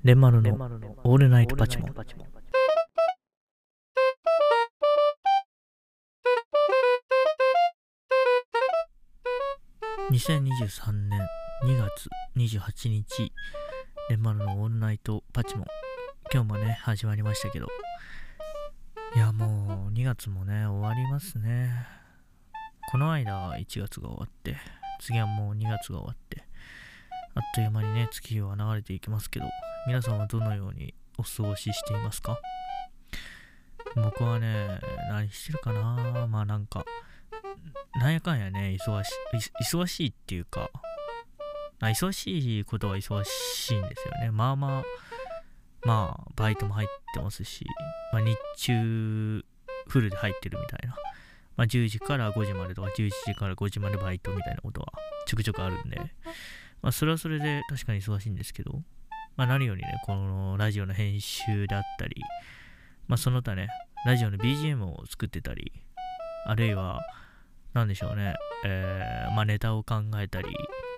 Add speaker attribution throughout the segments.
Speaker 1: レンマルのオールナイトパチモン。2023年2月28日、レンマルのオールナイトパチモン。今日もね、始まりましたけど、いやもう2月もね、終わりますね。この間1月が終わって、次はもう2月が終わって、あっという間にね、月は流れていきますけど、皆さんはどのようにお過ごししていますか？僕はね、何してるかな。まあなんか、なんやかんやね、忙しいっていうか、忙しいことは忙しいんですよね。まあ、バイトも入ってますし、日中フルで入ってるみたいな。10時から5時までとか、11時から5時までバイトみたいなことはちょくちょくあるんで、それはそれで確かに忙しいんですけど、何よりね、このラジオの編集であったり、その他ね、ラジオの BGM を作ってたり、あるいは、なんでしょうね、ネタを考えたり、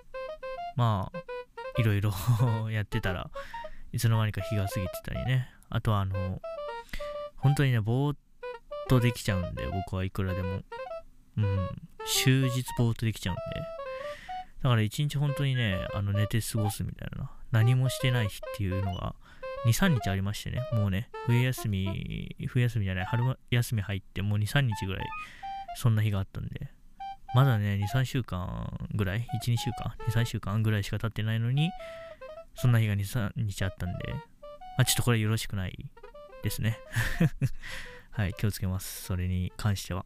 Speaker 1: いろいろやってたらいつの間にか日が過ぎてたりね。あとは本当にね、ぼーっとできちゃうんで、僕はいくらでも終日ぼーっとできちゃうんで、だから一日本当にね、寝て過ごすみたいな、何もしてない日っていうのが2、3日ありましてね。もうね、春休み入ってもう2、3日ぐらいそんな日があったんで、まだね、2、3週間ぐらい、1、2週間、2、3週間ぐらいしか経ってないのに、そんな日が2、3日あったんで、ちょっとこれよろしくないですね。はい、気をつけます。それに関しては。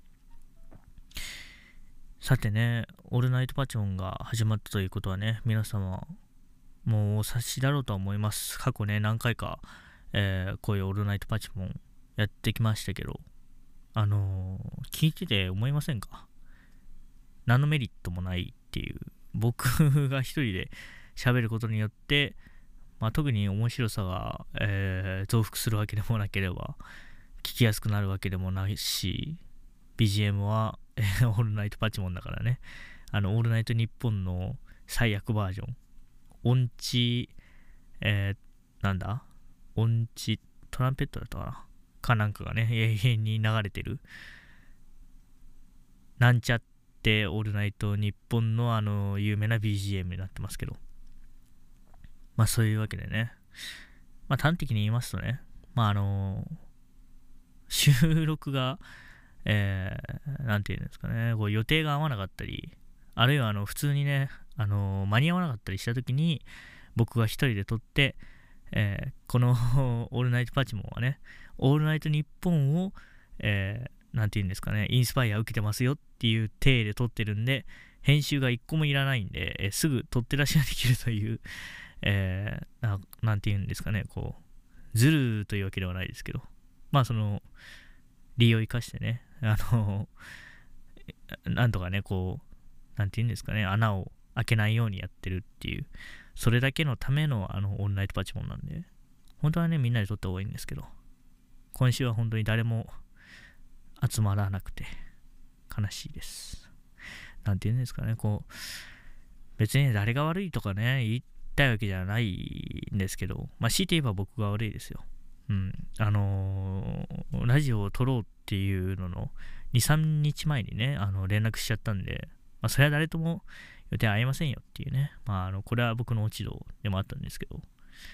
Speaker 1: さてね、オールナイトパチモンが始まったということはね、皆様、もうお察しだろうとは思います。過去ね、何回か、こういうオールナイトパチモンやってきましたけど、聞いてて思いませんか？何のメリットもないっていう、僕が一人で喋ることによって、特に面白さが、増幅するわけでもなければ、聞きやすくなるわけでもないし、BGM は、オールナイトパチモンだからね、オールナイトニッポンの最悪バージョン、音痴、音痴トランペットだったかなんかがね、永遠に流れてる、なんちゃってオールナイトニッポンの有名な BGM になってますけど、そういうわけでね、端的に言いますとね、収録が、なんていうんですかね、こう予定が合わなかったり、あるいは普通にね、間に合わなかったりしたときに、僕が一人で撮って、このオールナイトパチモンはね、オールナイトニッポンを、なんていうんですかね、インスパイア受けてますよっていう体で撮ってるんで、編集が一個もいらないんで、すぐ撮ってらっしゃできるという、なんていうんですかね、こう、ズルというわけではないですけど、その、利用を生かしてね、なんとかね、こう、なんていうんですかね、穴を開けないようにやってるっていう、それだけのためのオールナイトパチモンなんで、本当はね、みんなで撮った方がいいんですけど、今週は本当に誰も集まらなくて、悲しいです。なんていうんですかね、こう、別に誰が悪いとかね、言いたいわけじゃないんですけど、強いて言えば僕が悪いですよ。ラジオを撮ろうっていうのの2、3日前にね、連絡しちゃったんで、それは誰とも予定合いませんよっていうね、これは僕の落ち度でもあったんですけど、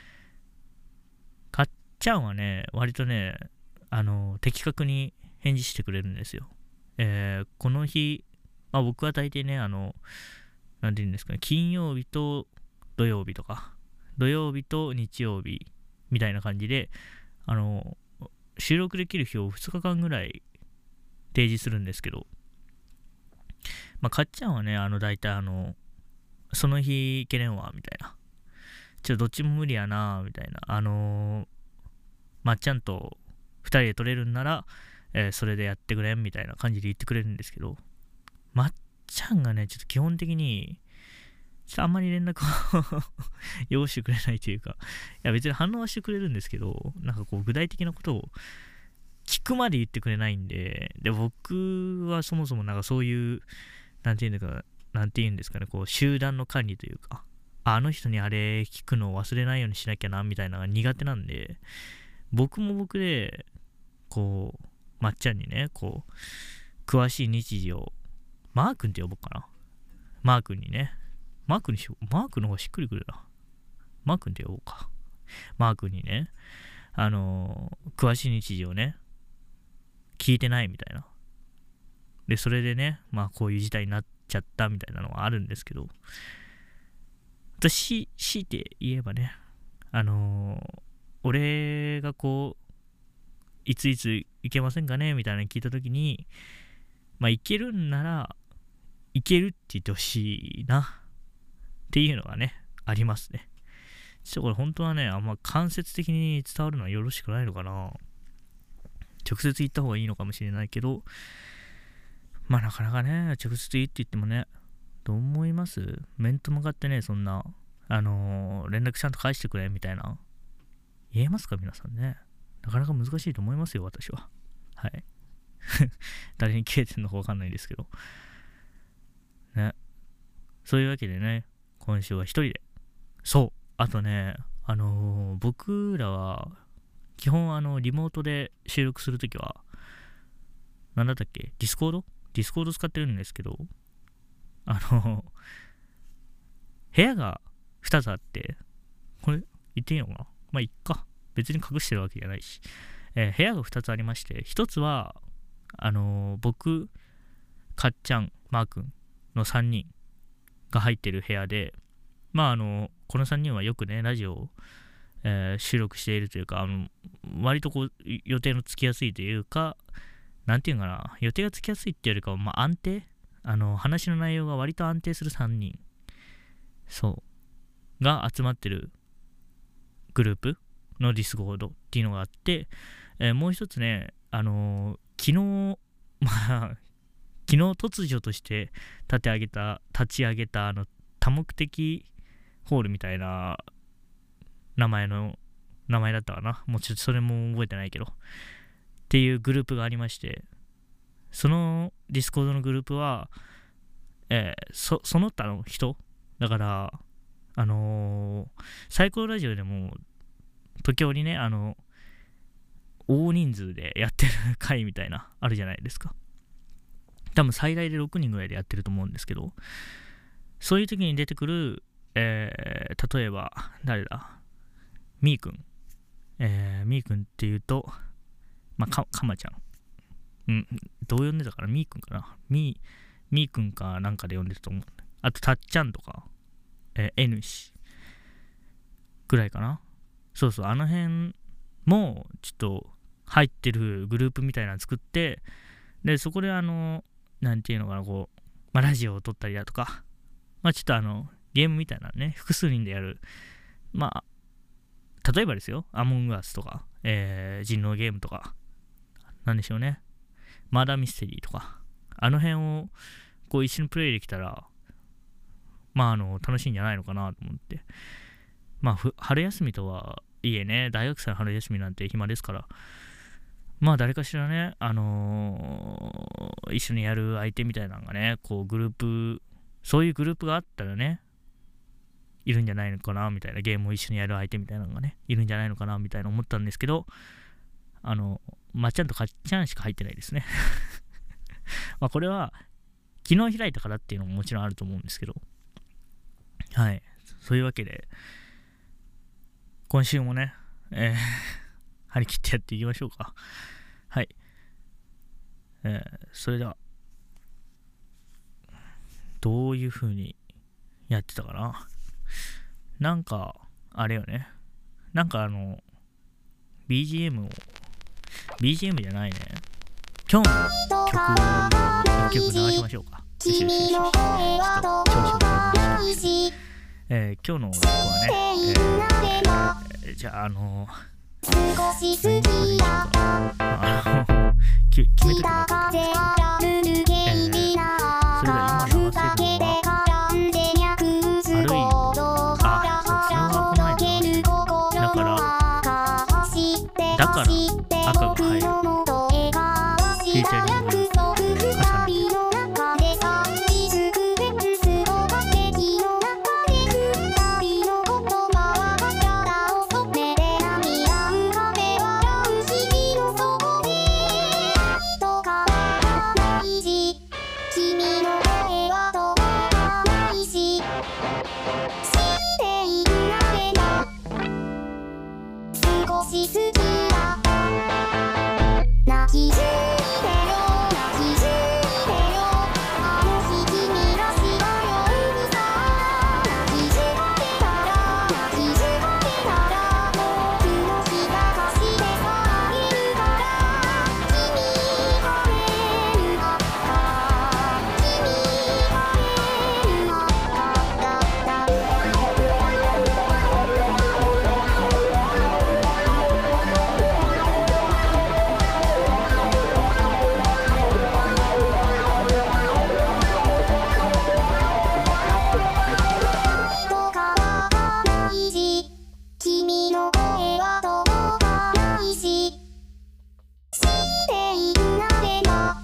Speaker 1: かっちゃんはね、割とね、的確に返事してくれるんですよ。この日、僕は大抵ね、なんていうんですかね、金曜日と土曜日とか、土曜日と日曜日みたいな感じで、収録できる日を2日間ぐらい提示するんですけど、かっちゃんはね、大体その日行けれんわ、みたいな。どっちも無理やな、みたいな。まっちゃんと2人で撮れるんなら、それでやってくれん、みたいな感じで言ってくれるんですけど、まっちゃんがね、ちょっと基本的に、あんまり連絡を要してくれないというか、いや別に反応はしてくれるんですけど、なんかこう具体的なことを聞くまで言ってくれないんで、僕はそもそもなんかそういう、なんていうんですかね、こう集団の管理というか、 あの人にあれ聞くのを忘れないようにしなきゃなみたいなのが苦手なんで、僕も僕でこうまっちゃんにねこう詳しい日時をマー君って呼ぼうかな。マー君にね、マー君にしよう。マー君の方がしっくりくるな。マー君って呼ぼうか。マー君にね、詳しい日時をね聞いてないみたいな。でそれでね、まあこういう事態になっちゃったみたいなのはあるんですけど、強いて言えばね、俺がこういついつ行けませんかねみたいなの聞いたときに、まあ行けるんなら行けるって言ってほしいなっていうのがねありますね。ちょっとこれ本当はね、あんま間接的に伝わるのはよろしくないのかな。直接言った方がいいのかもしれないけど、まあなかなかね、直接言って言ってもね、どう思います？面と向かってね、そんな、連絡ちゃんと返してくれみたいな、言えますか皆さんね。なかなか難しいと思いますよ、私は。はい。誰に切れてんのかわかんないですけど。ね。そういうわけでね、今週は一人で。そう。あとね、僕らは、基本リモートで収録するときは、なんだったっけ？ディスコード使ってるんですけど、部屋が2つあって、これ言っていいのかな？まあ、いっか。別に隠してるわけじゃないし。部屋が2つありまして、1つは、僕、かっちゃん、マー君の3人が入ってる部屋で、まあ、この3人はよくね、ラジオを、収録しているというか、割とこう、予定のつきやすいというか、なんていうかな、予定がつきやすいっていうよりかは、まあ、安定、話の内容が割と安定する3人、そう、が集まってるグループのディスコードっていうのがあって、もう一つね、昨日突如として立ち上げた多目的ホールみたいな名前だったかな。もうちょっとそれも覚えてないけど。っていうグループがありまして、そのディスコードのグループは、その他の人、だから、サイコロラジオでも、時折ね、大人数でやってる回みたいな、あるじゃないですか。多分最大で6人ぐらいでやってると思うんですけど、そういう時に出てくる、例えば、誰だ？みーくん。みーくんっていうと、まあ、かまちゃん。どう呼んでたかな？みーくんかな？みーくんかなんかで呼んでたと思う。あと、たっちゃんとか、N 氏ぐらいかな。そうそう、あの辺も、ちょっと入ってるグループみたいなの作って、で、そこでなんていうのかな、こう、まあ、ラジオを撮ったりだとか、まあ、ちょっとゲームみたいなね、複数人でやる、まあ、例えばですよ、アモングアスとか、人狼ゲームとか、なんでしょうね、マーダーミステリーとか、あの辺をこう一緒にプレイできたら、まあ楽しいんじゃないのかなと思って、まあ春休みとはいえね、大学生の春休みなんて暇ですから、まあ誰かしらね、一緒にやる相手みたいなのがね、こうグループ、そういうグループがあったらね、いるんじゃないのかなみたいな、ゲームを一緒にやる相手みたいなのがね、いるんじゃないのかなみたいな思ったんですけど、まっちゃんとかっちゃんしか入ってないですね。まあこれは、昨日開いたからっていうのももちろんあると思うんですけど、はい。そういうわけで、今週もね、張り切ってやっていきましょうか。はい。それでは、どういう風にやってたかな。なんか、あれよね。なんかBGM じゃないね。今日の曲を1曲流しましょうか。よし。ちょっと調子を取りました。今日の曲はね、じゃあ決めときもらったんですけど、それでは今流せるのは悪い、それはこの間流しただから赤が入るフィーチャリング重ねて
Speaker 2: しすぎや泣きすぎてよ泣きすぎてよあの日君らしたようにさ泣きすがけたら泣きすがけたら僕のひだかしでさあげるから君がれるなった君がれるなったどうかわからないし君の声は届かないし死んでいるなれが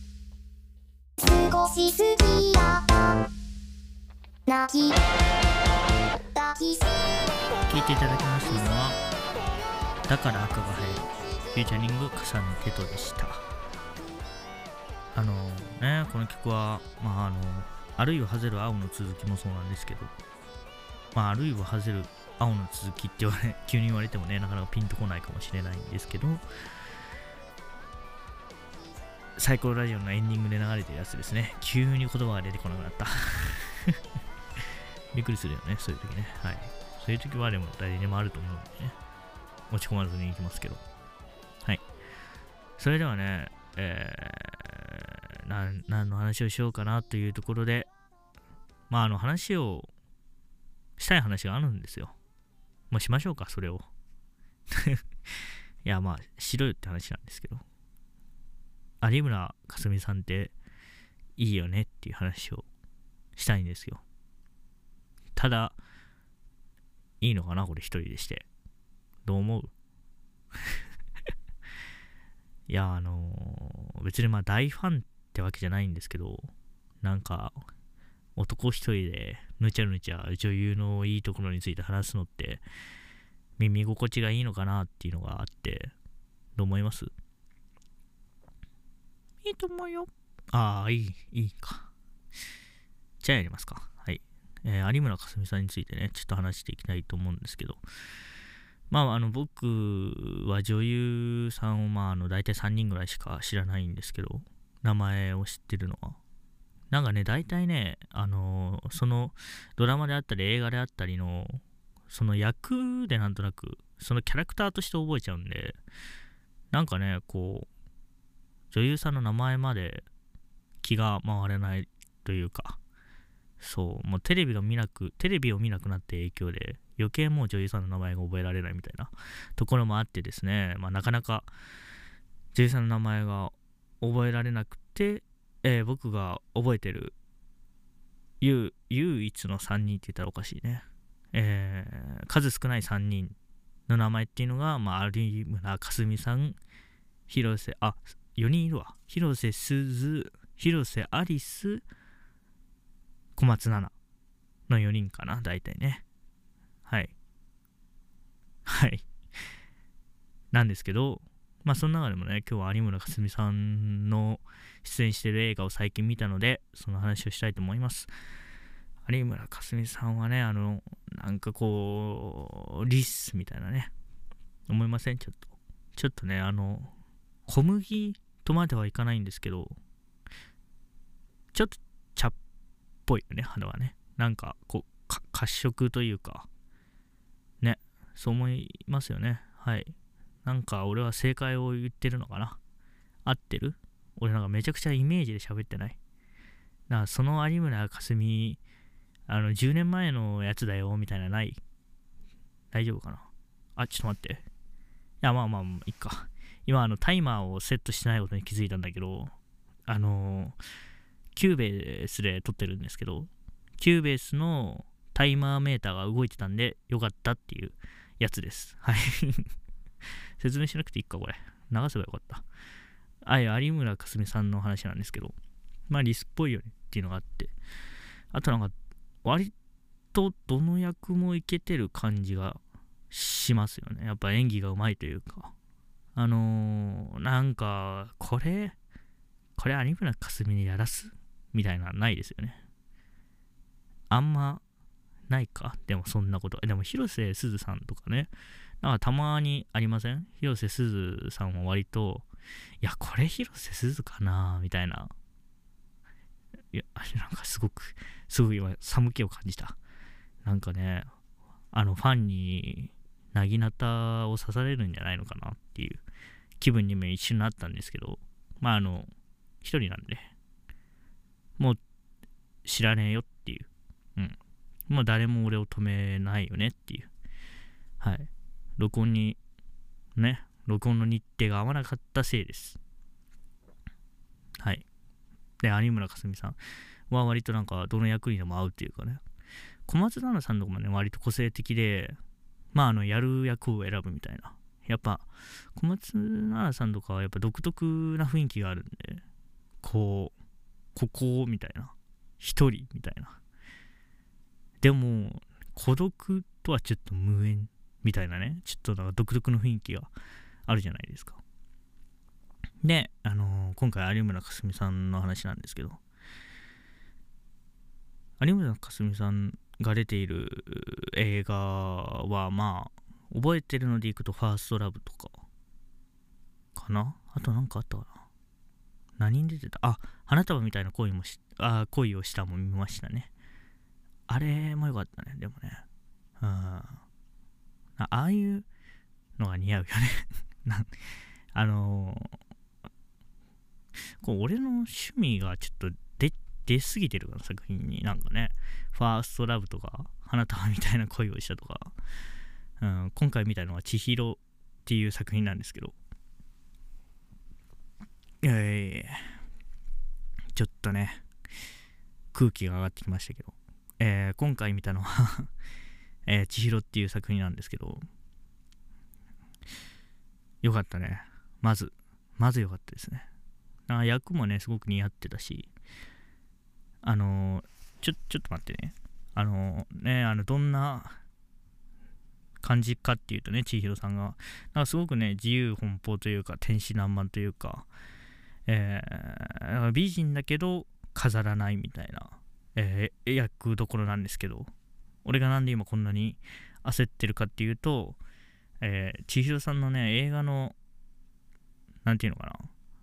Speaker 2: 少し好きだった泣き抱きし
Speaker 1: 聞いていただきましたのはだから赤が入るフューチャリング重ねてとでした。この曲はあるいはハゼる青の続きもそうなんですけど、あるいはハゼる青の続きって急に言われてもね、なかなかピンとこないかもしれないんですけど、サイコロラジオのエンディングで流れてるやつですね。急に言葉が出てこなくなったびっくりするよね、そういう時ね。はい。そういう時はでも誰にもあると思うんでね、落ち込まずにいきますけど。はい。それではね、何の話をしようかなというところで、話をしたい話があるんですよ。しましょうか、それを。いや、しろよって話なんですけど、有村架純さんっていいよねっていう話をしたいんですよ。ただ、いいのかなこれ一人でして。どう思ういや、別に大ファンってわけじゃないんですけど、なんか、男一人でぬちゃぬちゃ女優のいいところについて話すのって耳心地がいいのかなっていうのがあって、どう思います？いいと思うよ。いいか。じゃあやりますか。はい。有村架純さんについてね、ちょっと話していきたいと思うんですけど、僕は女優さんを大体3人ぐらいしか知らないんですけど、名前を知ってるのは。なんかね、大体ね、そのドラマであったり映画であったりの、その役でなんとなく、そのキャラクターとして覚えちゃうんで、なんかね、女優さんの名前まで気が回れないというか、もうテレビを見なくなって影響で、余計もう女優さんの名前が覚えられないみたいなところもあってですね、なかなか女優さんの名前が覚えられなくて、僕が覚えてる唯一の3人って言ったらおかしいね、数少ない3人の名前っていうのが、有村架純さん、4人いるわ。広瀬すず、広瀬アリス、小松菜奈の4人かな、大体ね。はい。なんですけど、その中でもね、今日は有村架純さんの出演している映画を最近見たので、その話をしたいと思います。有村架純さんはね、リスみたいなね、思いません？ちょっとね、小麦とまではいかないんですけど、ちょっと茶っぽいよね、肌はね。褐色というか、ね、そう思いますよね。はい。俺は正解を言ってるのかな？合ってる？俺めちゃくちゃイメージで喋ってない？その有村架純、10年前のやつだよ、みたいなない？大丈夫かな？ちょっと待って。いや、いっか。今、タイマーをセットしてないことに気づいたんだけど、キューベースで撮ってるんですけど、キューベースのタイマーメーターが動いてたんで、よかったっていうやつです。はい。説明しなくていいか、これ。流せばよかった。有村架純さんの話なんですけど、リスっぽいよねっていうのがあって、あと割とどの役もいけてる感じがしますよね。やっぱ演技がうまいというか。これ有村架純にやらすみたいなのないですよね。あんまないか。でもそんなこと。でも広瀬すずさんとかね、 なんかたまにありません？広瀬すずさんは割と、いや、これ広瀬すずかなみたいな。いや、なんかすごい今、寒気を感じた。なんかね、ファンに、なぎなたを刺されるんじゃないのかなっていう気分にも一瞬なったんですけど、一人なんで、もう知らねえよっていう。もう誰も俺を止めないよねっていう。はい。録音の日程が合わなかったせいです。はい。で、有村架純さんは割となんかどの役にでも合うっていうかね。小松菜奈さんとかもね、割と個性的で、やる役を選ぶみたいな。やっぱ、小松菜奈さんとかはやっぱ独特な雰囲気があるんで、ここみたいな。一人みたいな。でも、孤独とはちょっと無縁みたいなね。ちょっとなんか独特の雰囲気があるじゃないですか。で、今回有村架純さんの話なんですけど、有村架純さんが出ている映画は覚えてるのでいくとファーストラブとかかな。あとなんかあったかな。何に出てた？花束みたいな恋をしたも見ましたね。あれもよかったね。でもね、ああいうのが似合うよね。俺の趣味がちょっと出すぎてるから、作品に。なんかね、ファーストラブとか、花束みたいな恋をしたとか、今回見たのは千尋っていう作品なんですけど、ちょっとね、空気が上がってきましたけど、今回見たのは千尋っていう作品なんですけど、よかったね。まずよかったですね。役もね、すごく似合ってたし、ちょっと待ってね。どんな感じかっていうとね、千尋さんが、なんかすごくね、自由奔放というか、天真爛漫というか、美人だけど飾らないみたいな、役どころなんですけど、俺がなんで今こんなに焦ってるかっていうと、千尋さんのね、映画の、なんていうのかな、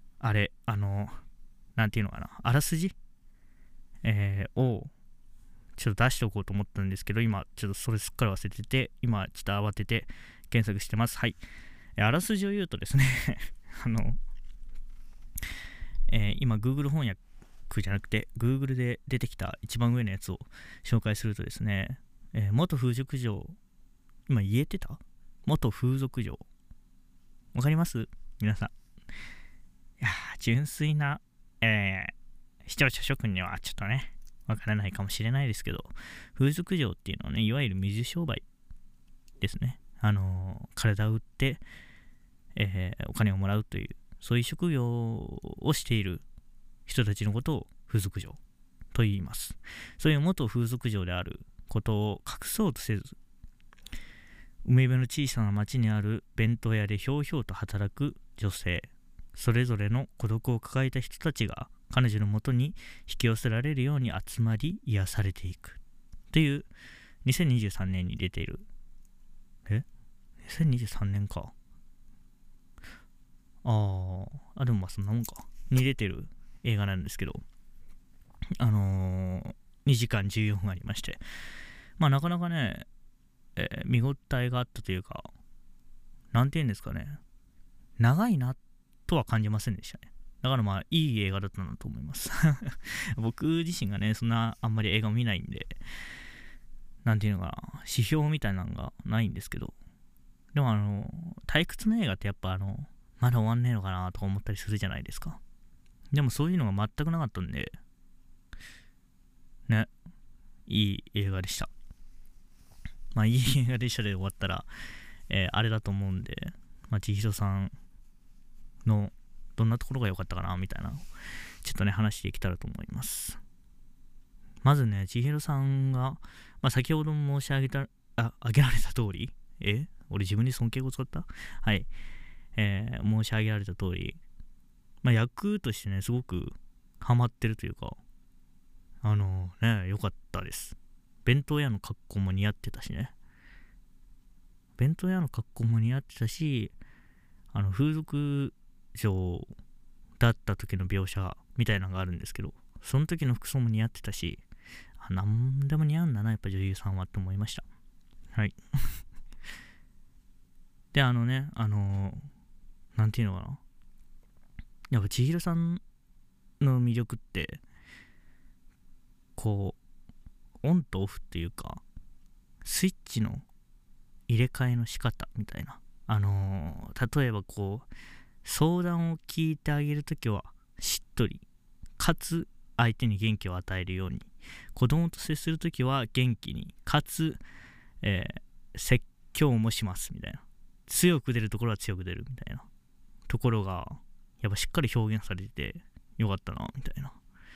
Speaker 1: なんていうのかな、あらすじ、をちょっと出しておこうと思ったんですけど、今ちょっとそれすっかり忘れてて、今ちょっと慌てて検索してます。はい。あらすじを言うとですね今 Google 翻訳じゃなくて Google で出てきた一番上のやつを紹介するとですね、元風俗嬢、今言えてた？元風俗嬢、わかります？皆さん。いやー、純粋な、視聴者諸君にはちょっとね、わからないかもしれないですけど、風俗嬢っていうのはね、いわゆる水商売ですね。体を売って、お金をもらうという、そういう職業をしている人たちのことを風俗嬢と言います。そういう元風俗嬢であることを隠そうとせず、海辺の小さな町にある弁当屋でひょうひょうと働く女性、それぞれの孤独を抱えた人たちが彼女のもとに引き寄せられるように集まり癒されていくという2023年に出ている2023年かでもそんなもんかに出てる映画なんですけど、2時間14分ありまして、なかなかね、見応えがあったというか、なんて言うんですかね、長いなとは感じませんでしたね。だからいい映画だったなと思います僕自身がね、そんなあんまり映画を見ないんで、なんていうのかな、指標みたいなのがないんですけど、でも退屈な映画ってやっぱまだ終わんねえのかなとか思ったりするじゃないですか。でもそういうのが全くなかったんで、ね、いい映画でした。いい映画でしたで終わったら、あれだと思うんで、千尋さんのどんなところが良かったかなみたいな、ちょっとね、話していけたらと思います。まずね、千尋さんが、先ほども申し上げられた通り、俺自分に尊敬語使った？はい。申し上げられた通り、役としてね、すごくハマってるというか、良かったです。弁当屋の格好も似合ってたしね。 弁当屋の格好も似合ってたし、風俗嬢だった時の描写みたいなのがあるんですけど、その時の服装も似合ってたし、なんでも似合うんだな、やっぱ女優さんはって思いました。はい。で、なんていうのかな。やっぱ千尋さんの魅力って、こう、オンとオフっていうか、スイッチの入れ替えの仕方みたいな。例えばこう、相談を聞いてあげるときは、しっとり、かつ相手に元気を与えるように、子供と接するときは元気に、かつ、説教もしますみたいな。強く出るところは強く出るみたいなところが、やっぱしっかり表現されててよかったなみたいな。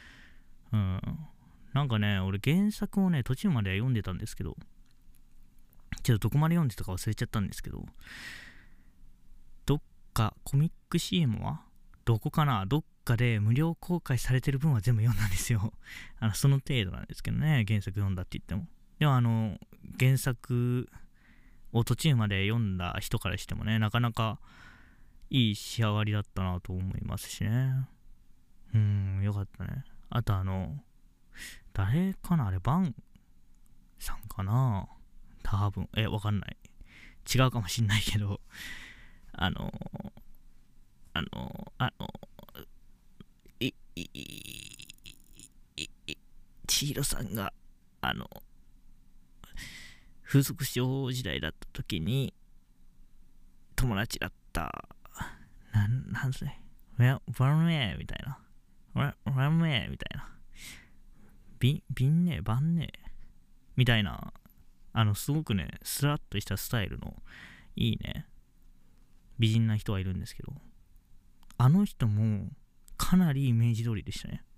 Speaker 1: なんかね、俺原作をね途中までは読んでたんですけど、ちょっとどこまで読んでたか忘れちゃったんですけど、どっかコミック CM はどこかな、どっかで無料公開されてる分は全部読んだんですよ。その程度なんですけどね、原作読んだって言っても。でも原作を途中まで読んだ人からしてもね、なかなかいい仕上がりだったなと思いますしね。よかったね。あと誰かな、あれ、バンさんかな、多分。わかんない。違うかもしんないけど、千尋さんが、風俗嬢時代だった時に、友達だった、なんすね、ワンウェイみたいな。ワンウェイみたいな。バンねみたいな、すごくね、スラッとしたスタイルのいいね、美人な人はいるんですけど、あの人もかなりイメージ通りでしたね。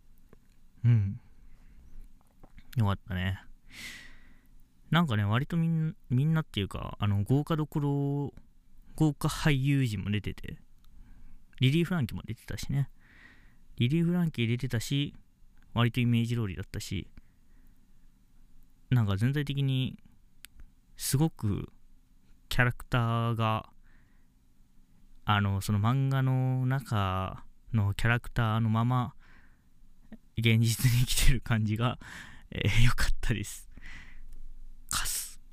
Speaker 1: よかったね。なんかね、割とみんなっていうか、豪華俳優陣も出てて、リリー・フランキーも出てたしね。リリー・フランキー出てたし、割とイメージ通りだったし、なんか全体的にすごくキャラクターがその漫画の中のキャラクターのまま現実に生きてる感じが良かったです。か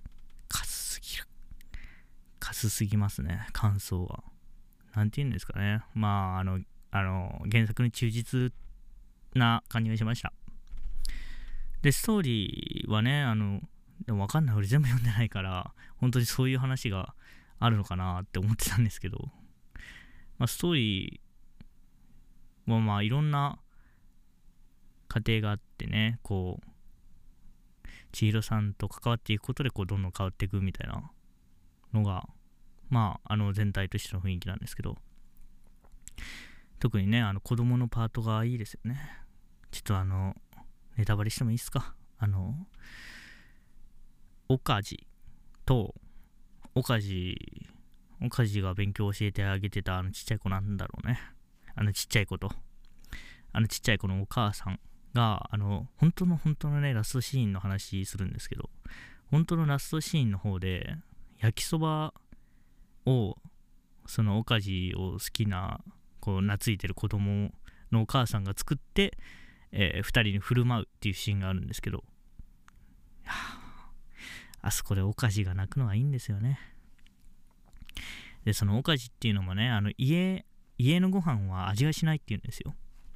Speaker 1: すすぎますね、感想は。なんて言うんですかね。まあ原作に忠実な感じがしました。で、ストーリーはね、でも分かんない、俺全部読んでないから、本当にそういう話があるのかなって思ってたんですけど、ストーリーはいろんな過程があってね、こう、千尋さんと関わっていくことで、こう、どんどん変わっていくみたいなのが、全体としての雰囲気なんですけど、特にね、子供のパートがいいですよね。ちょっとネタバレしてもいいですか。岡地と、岡地が勉強を教えてあげてたちっちゃい子なんだろうね。ちっちゃい子と、ちっちゃい子のお母さんが、本当のね、ラストシーンの話するんですけど、本当のラストシーンの方で、焼きそばを、その岡地を好きな、こう、懐いてる子供のお母さんが作って、2人に振る舞うっていうシーンがあるんですけど、あそこで岡地が泣くのはいいんですよね。で、その岡地っていうのもね、家のご飯は味がしないって言うんですよ。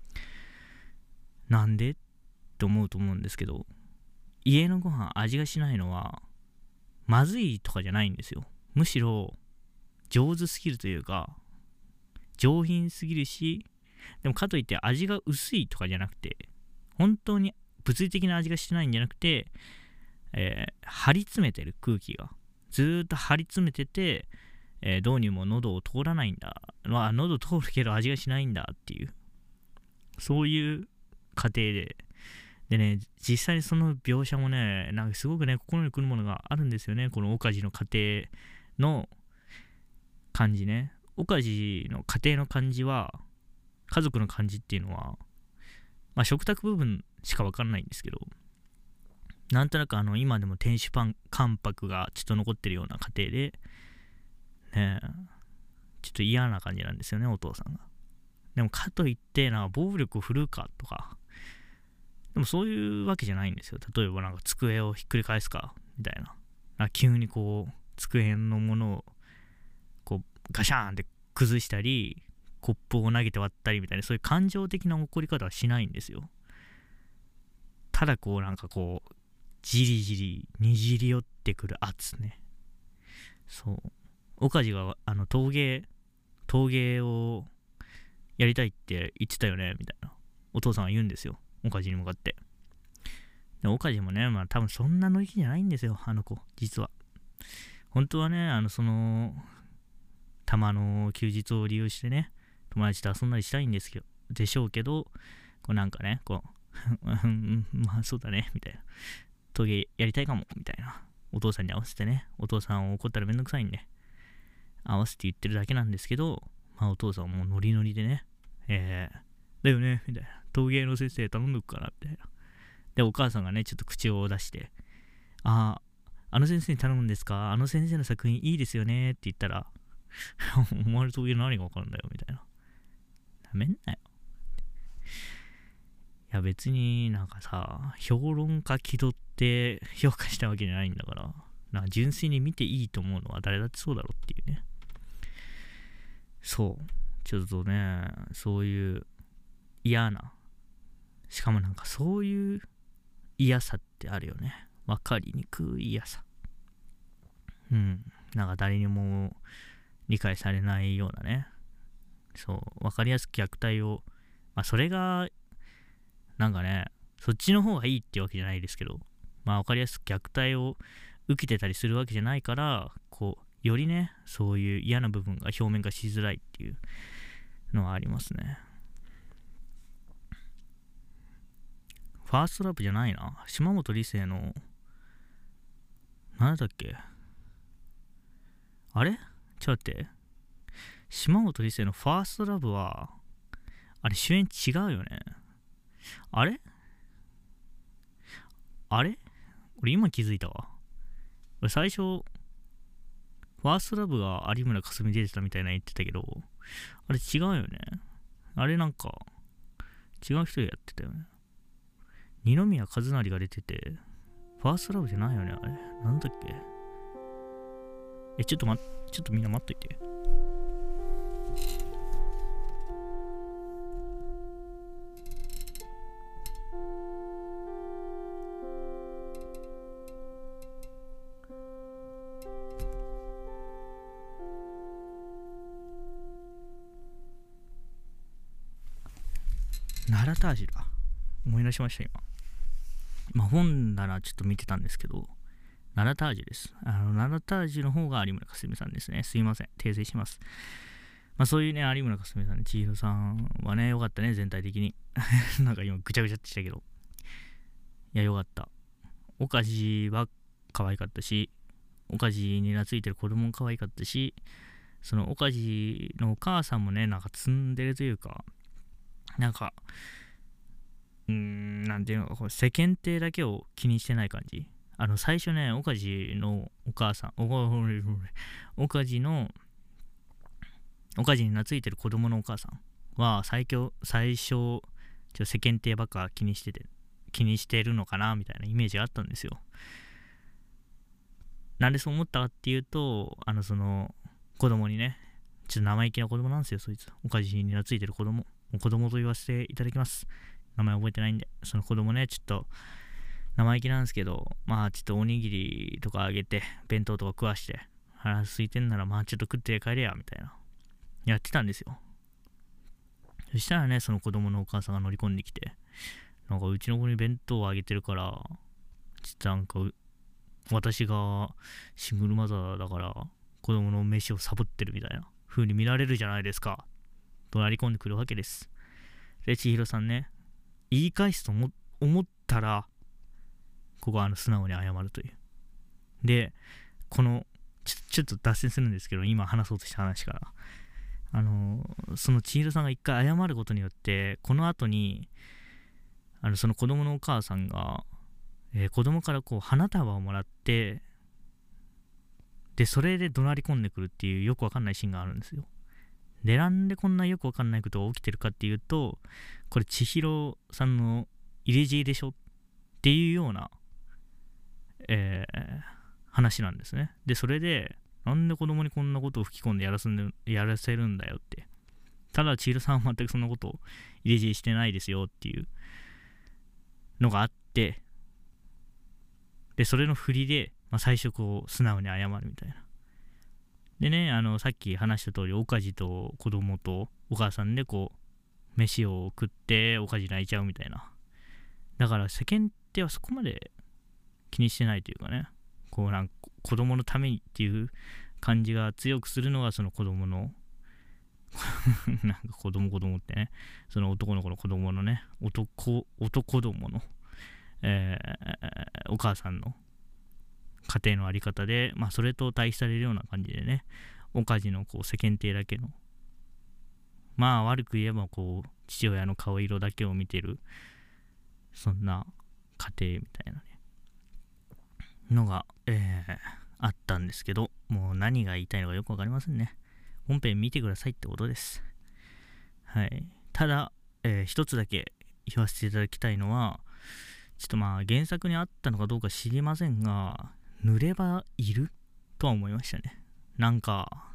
Speaker 1: なんでって思うと思うんですけど、家のご飯味がしないのはまずいとかじゃないんですよ。むしろ上手すぎるというか、上品すぎるし、でもかといって味が薄いとかじゃなくて、本当に物理的な味がしてないんじゃなくて、張り詰めてる、空気がずーっと張り詰めてて、どうにも喉を通らないんだ、喉通るけど味がしないんだっていう、そういう過程でね、実際にその描写もね、なんかすごくね、心にくるものがあるんですよね。この岡地の家庭の感じね。岡地の家庭の感じは、家族の感じっていうのは、食卓部分しか分からないんですけど、 なんとなく今でも天守関白がちょっと残ってるような家庭で、ね、ちょっと嫌な感じなんですよね、お父さんが。でもかといって、なんか暴力を振るうかとか、でもそういうわけじゃないんですよ。例えばなんか机をひっくり返すか、みたいな。なんか急にこう、机のものを、こう、ガシャーンって崩したり、コップを投げて割ったりみたいな、そういう感情的な怒り方はしないんですよ。ただこう、なんかこう、じりじりにじり寄ってくる圧ね。そう。岡地が陶芸をやりたいって言ってたよねみたいなお父さんが言うんですよ、岡地に向かって。で岡地もね、まあ多分そんな乗り気じゃないんですよ、あの子実は。本当はね、たまの休日を利用してね、友達と遊んだりしたいんですけどでしょうけど、こうなんかね、こうまあそうだねみたいな、陶芸やりたいかもみたいな、お父さんに合わせてね、お父さんを怒ったらめんどくさいんで合わせて言ってるだけなんですけど、まあお父さんはもうノリノリでね、だよねみたいな、陶芸の先生頼んどくかなみたいな。でお母さんがねちょっと口を出して、あの先生に頼むんですか、あの先生の作品いいですよねって言ったらお前の陶芸何が分かるんだよみたいな、なめんなよ。いや別になんかさ、評論家気取って評価したわけじゃないんだから、なんか純粋に見ていいと思うのは誰だってそうだろっていうね。そう、ちょっとね、そういう嫌な、しかもなんかそういう嫌さってあるよね、分かりにくい嫌さ。なんか誰にも理解されないようなね、そう分かりやすく虐待を、まあそれがなんかね、そっちの方がいいってわけじゃないですけど、まあ分かりやすく虐待を受けてたりするわけじゃないから、こうよりね、そういう嫌な部分が表面化しづらいっていうのはありますね。ファーストラブじゃないな、島本理生の何だっけ、あれちょっと待って、島本理生のファーストラブはあれ主演違うよね。あれ俺今気づいたわ。俺最初ファーストラブが有村架純出てたみたいな言ってたけど、あれ違うよね。あれなんか違う人やってたよね。二宮和也が出てて、ファーストラブじゃないよね。あれなんだっけ。ちょっとみんな待っといて。奈良タージだ。思い出しました今。まあ本ならちょっと見てたんですけど、奈良タージです。奈良タージの方が有村架純さんですね。すいません。訂正します。まあそういうね、有村架純さんね、千尋さんはね、よかったね、全体的に。なんか今ぐちゃぐちゃってしたけど。いや、よかった。岡地は可愛かったし、岡地に懐いてる子供も可愛かったし、その岡地のお母さんもね、なんかツンデレというか、なんか、なんていうのか、世間体だけを気にしてない感じ。最初ね、岡地のお母さん、岡地に懐いてる子供のお母さんは、最初、世間体ばっか気にしてるのかな、みたいなイメージがあったんですよ。なんでそう思ったかっていうと、その、子供にね、ちょっと生意気な子供なんですよ、そいつ。岡地に懐いてる子供。子供と言わせていただきます。名前覚えてないんで。その子供ね、ちょっと生意気なんですけど、まあちょっとおにぎりとかあげて、弁当とか食わして、腹空いてんならまあちょっと食って帰れや、みたいな。やってたんですよ。そしたらね、その子供のお母さんが乗り込んできて、なんかうちの子に弁当をあげてるから、ちょっとなんか私がシングルマザーだから子供の飯をサボってるみたいな風に見られるじゃないですか。となり込んでくるわけです。で、千尋さんね、言い返すと思ったら、ここは素直に謝るという。で、この、ちょっと脱線するんですけど、今話そうとした話から。その千尋さんが一回謝ることによって、この後に、その子供のお母さんが、 子供からこう花束をもらって、でそれで怒鳴り込んでくるっていうよくわかんないシーンがあるんですよ。でなんでこんなよくわかんないことが起きてるかっていうと、これ千尋さんの入れ知恵でしょっていうような、話なんですね。でそれでなんで子供にこんなことを吹き込んでやらせるんだよって、ただ千尋さんは全くそんなことを入れ知恵してないですよっていうのがあって、でそれの振りで、最初こう素直に謝るみたいな。でね、さっき話した通り、おかじと子供とお母さんでこう飯を食っておかじ泣いちゃうみたいな。だから世間ってはそこまで気にしてないというかね、こうなんか子供のためにっていう感じが強くするのがその子供のなんか子供ってね、その男の子の子供のね、男どもの、お母さんの家庭のあり方で、それと対比されるような感じでね、おかじのこう世間体だけの、悪く言えばこう父親の顔色だけを見てる、そんな家庭みたいなねのが、あったんですけど、もう何が言いたいのかよくわかりませんね。本編見てくださいってことです。はい。ただ、一つだけ言わせていただきたいのは、ちょっと原作にあったのかどうか知りませんが、濡れ場いるとは思いましたね。なんか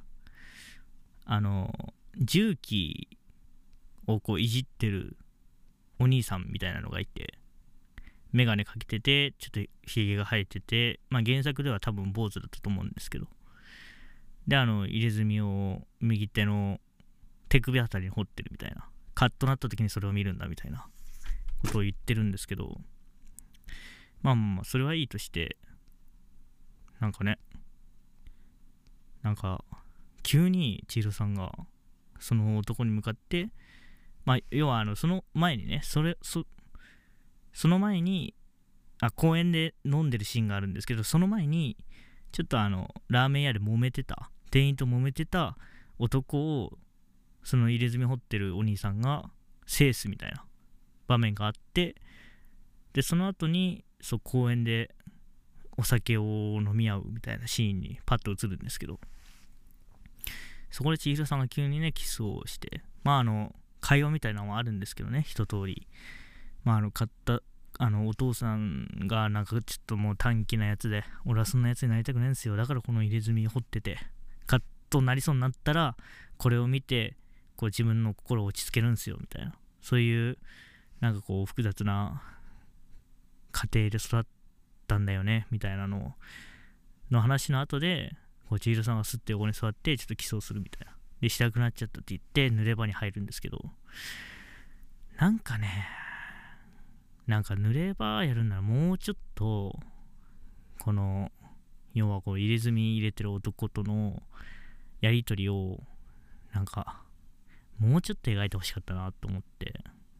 Speaker 1: 重機をこういじってるお兄さんみたいなのがいて、メガネかけてて、ちょっとひげが生えてて、原作では多分坊主だったと思うんですけど、で入れ墨を右手の手首あたりに彫ってるみたいな、カッとなった時にそれを見るんだみたいなことを言ってるんですけど、それはいいとして、なんか急に千尋さんがその男に向かって、要はその前にね、その前に公園で飲んでるシーンがあるんですけど、その前にちょっとラーメン屋で店員と揉めてた男を、その入れ墨掘ってるお兄さんが制すみたいな場面があって、でその後に公園でお酒を飲み合うみたいなシーンにパッと映るんですけど、そこで千尋さんが急にねキスをして、会話みたいなのもあるんですけどね、一通り買ったお父さんがなんかちょっともう短気なやつで、俺はそんなやつになりたくないんですよ、だからこの入れ墨掘っててカッとなりそうになったらこれを見てこう自分の心を落ち着けるんですよみたいな、そういうなんかこう複雑な家庭で育ったんだよねみたいなの話の後で、こう千尋さんがスッて横に座ってちょっとキスをするみたいな、でしたくなっちゃったって言って濡れ場に入るんですけど、なんか濡れ場やるならもうちょっとこの要はこう入れ墨入れてる男とのやり取りをもうちょっと描いてほしかったなと思って、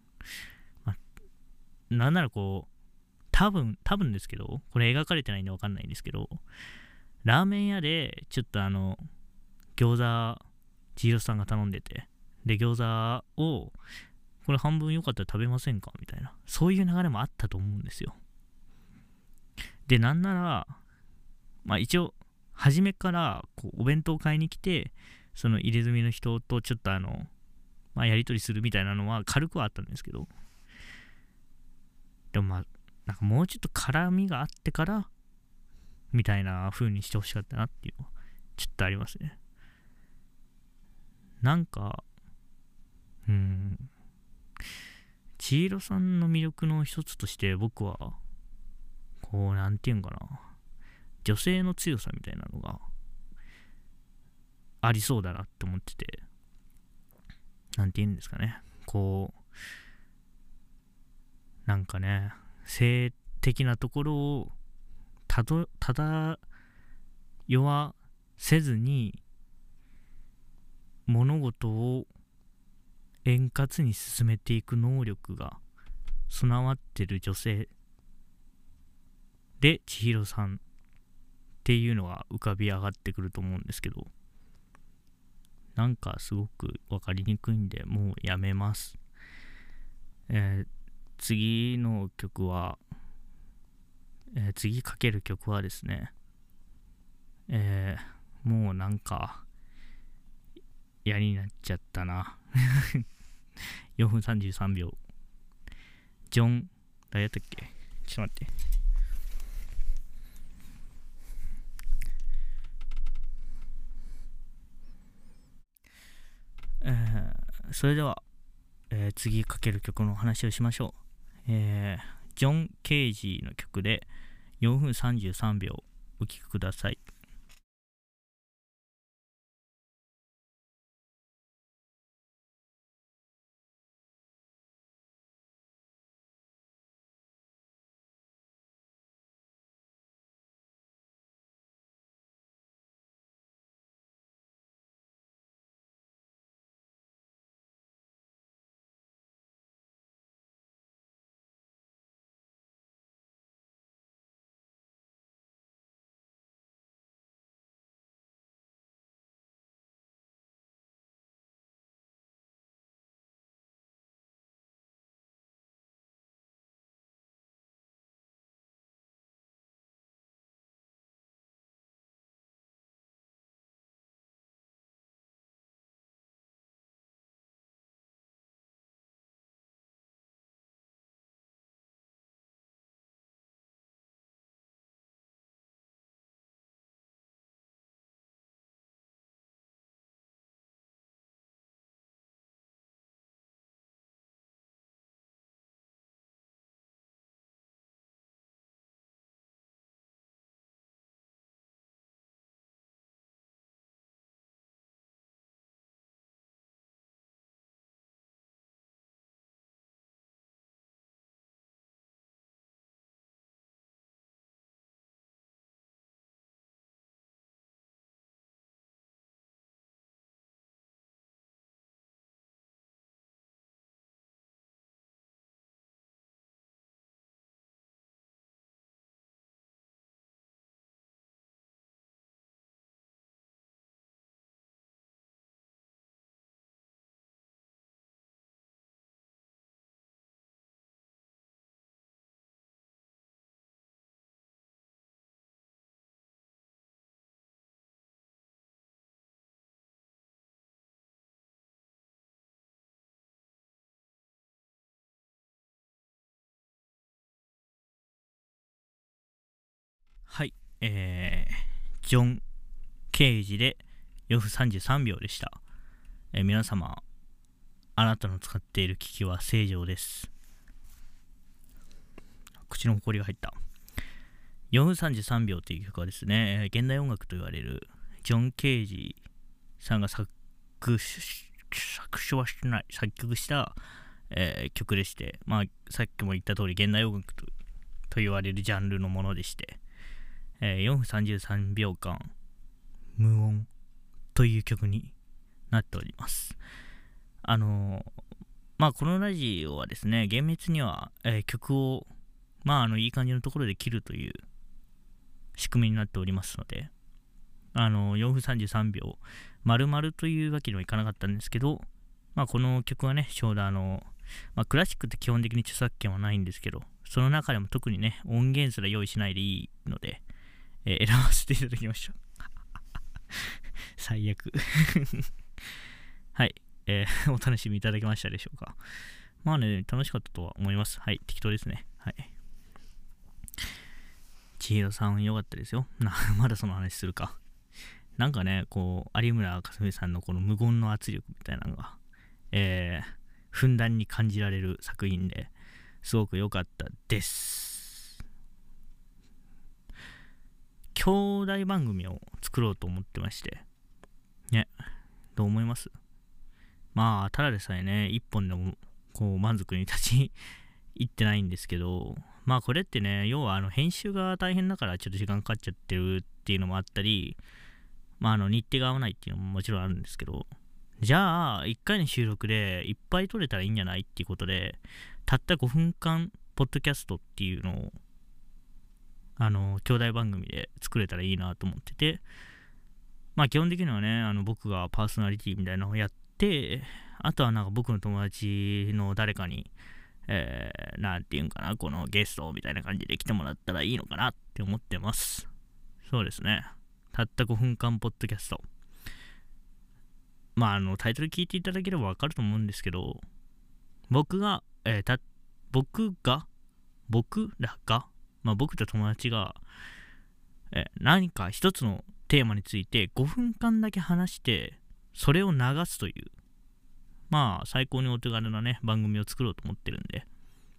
Speaker 1: なんならこう多分ですけど、これ描かれてないんで分かんないんですけど、ラーメン屋でちょっと餃子千尋さんが頼んでて、で餃子をこれ半分よかったら食べませんかみたいな、そういう流れもあったと思うんですよ。でなんなら一応初めからこうお弁当を買いに来て、その入れ墨の人とちょっとやり取りするみたいなのは軽くはあったんですけど、でもなんかもうちょっと絡みがあってからみたいな風にしてほしかったなっていうのはちょっとありますね。千尋さんの魅力の一つとして僕はこう女性の強さみたいなのがありそうだなって思ってて、こう性的なところをただ弱せずに物事を円滑に進めていく能力が備わってる女性で千尋さんっていうのが浮かび上がってくると思うんですけど、すごく分かりにくいんでもうやめます。次の曲は次かける曲はですね、もうなんか嫌になっちゃったな。4分33秒。ジョン、誰やったっけ？ちょっと待って。それでは、次かける曲の話をしましょう。ジョン・ケージの曲で4分33秒お聴きください。はい、ジョン・ケージで4分33秒でした。皆様、あなたの使っている機器は正常です。口のほこりが入った。4分33秒という曲はですね、現代音楽と言われるジョン・ケージさんが作曲した、曲でして、まあ、さっきも言った通り現代音楽と言われるジャンルのものでして、4分33秒間無音という曲になっております。まあこのラジオはですね、厳密には、曲をいい感じのところで切るという仕組みになっておりますので、4分33秒丸々というわけにはいかなかったんですけど、まあこの曲はね、ちょうどクラシックって基本的に著作権はないんですけど、その中でも特にね、音源すら用意しないでいいので、選ばせていただきました。最悪。はい、お楽しみいただけましたでしょうか。まあね、楽しかったとは思います。はい、適当ですね。はい。千尋さん、よかったですよ。まだその話するか。なんかね、こう、有村架純さんのこの無言の圧力みたいなのが、ふんだんに感じられる作品ですごく良かったです。兄弟番組を作ろうと思ってまして。ね、どう思います？まあ、ただでさえね、一本でもこう満足に立ちいってないんですけど、まあこれってね、要は編集が大変だからちょっと時間かかっちゃってるっていうのもあったり、まあ日程が合わないっていうのももちろんあるんですけど、じゃあ1回の収録でいっぱい撮れたらいいんじゃないっていうことで、たった5分間ポッドキャストっていうのを兄弟番組で作れたらいいなと思ってて、まあ基本的にはね、僕がパーソナリティみたいなのをやって、あとはなんか僕の友達の誰かに、 なんていうんかな、このゲストみたいな感じで来てもらったらいいのかなって思ってます。そうですね。たった5分間ポッドキャスト。タイトル聞いていただければわかると思うんですけど、僕らが、僕と友達が、何か一つのテーマについて5分間だけ話して、それを流すという、最高にお手軽なね、番組を作ろうと思ってるんで、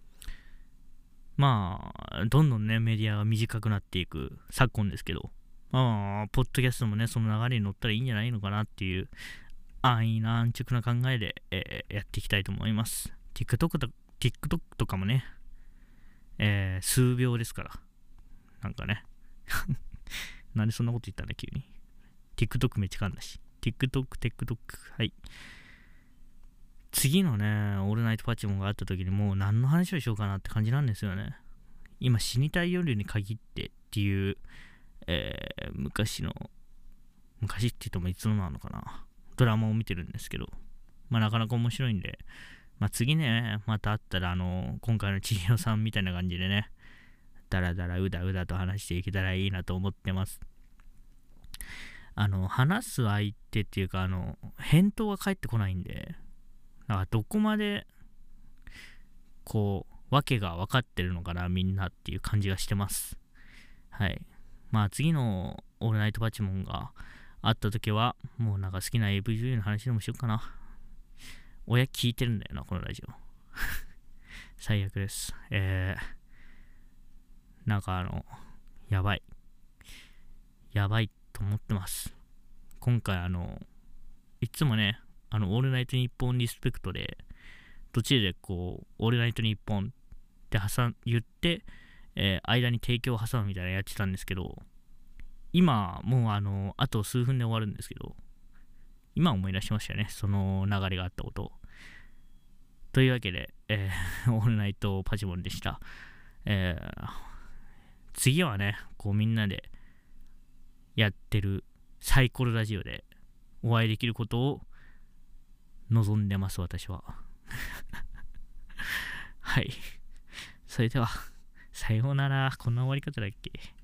Speaker 1: どんどんね、メディアが短くなっていく昨今ですけど、ポッドキャストもね、その流れに乗ったらいいんじゃないのかなっていう、安易な安直な考えで、やっていきたいと思います。TikTok とかもね、数秒ですから。なんかね。なんでそんなこと言ったんだ、急に。TikTok めっちゃ噛んだし。TikTok。はい。次のね、オールナイトパチモンがあった時にもう何の話をしようかなって感じなんですよね。今、死にたい夜に限ってっていう、昔って言ってもいつのなのかな。ドラマを見てるんですけど、なかなか面白いんで、次ね、また会ったら、今回の千尋さんみたいな感じでね、だらだらうだうだと話していけたらいいなと思ってます。話す相手っていうか、返答が返ってこないんで、だからどこまで、訳が分かってるのかな、みんなっていう感じがしてます。はい。次のオールナイトパチモンがあった時は、もう好きな AV 女優の話でもしようかな。親聞いてるんだよな、このラジオ。最悪です。やばい。やばいと思ってます。今回いつもね、オールナイトニッポンリスペクトで、途中でオールナイトニッポンって言って、間に提供を挟むみたいなやってたんですけど、今、もうあと数分で終わるんですけど、今思い出しましたよね、その流れがあったことを。というわけで、オールナイトパチモンでした。次はね、みんなでやってるサイコロラジオでお会いできることを望んでます、私は。はい。それでは、さようなら。こんな終わり方だっけ？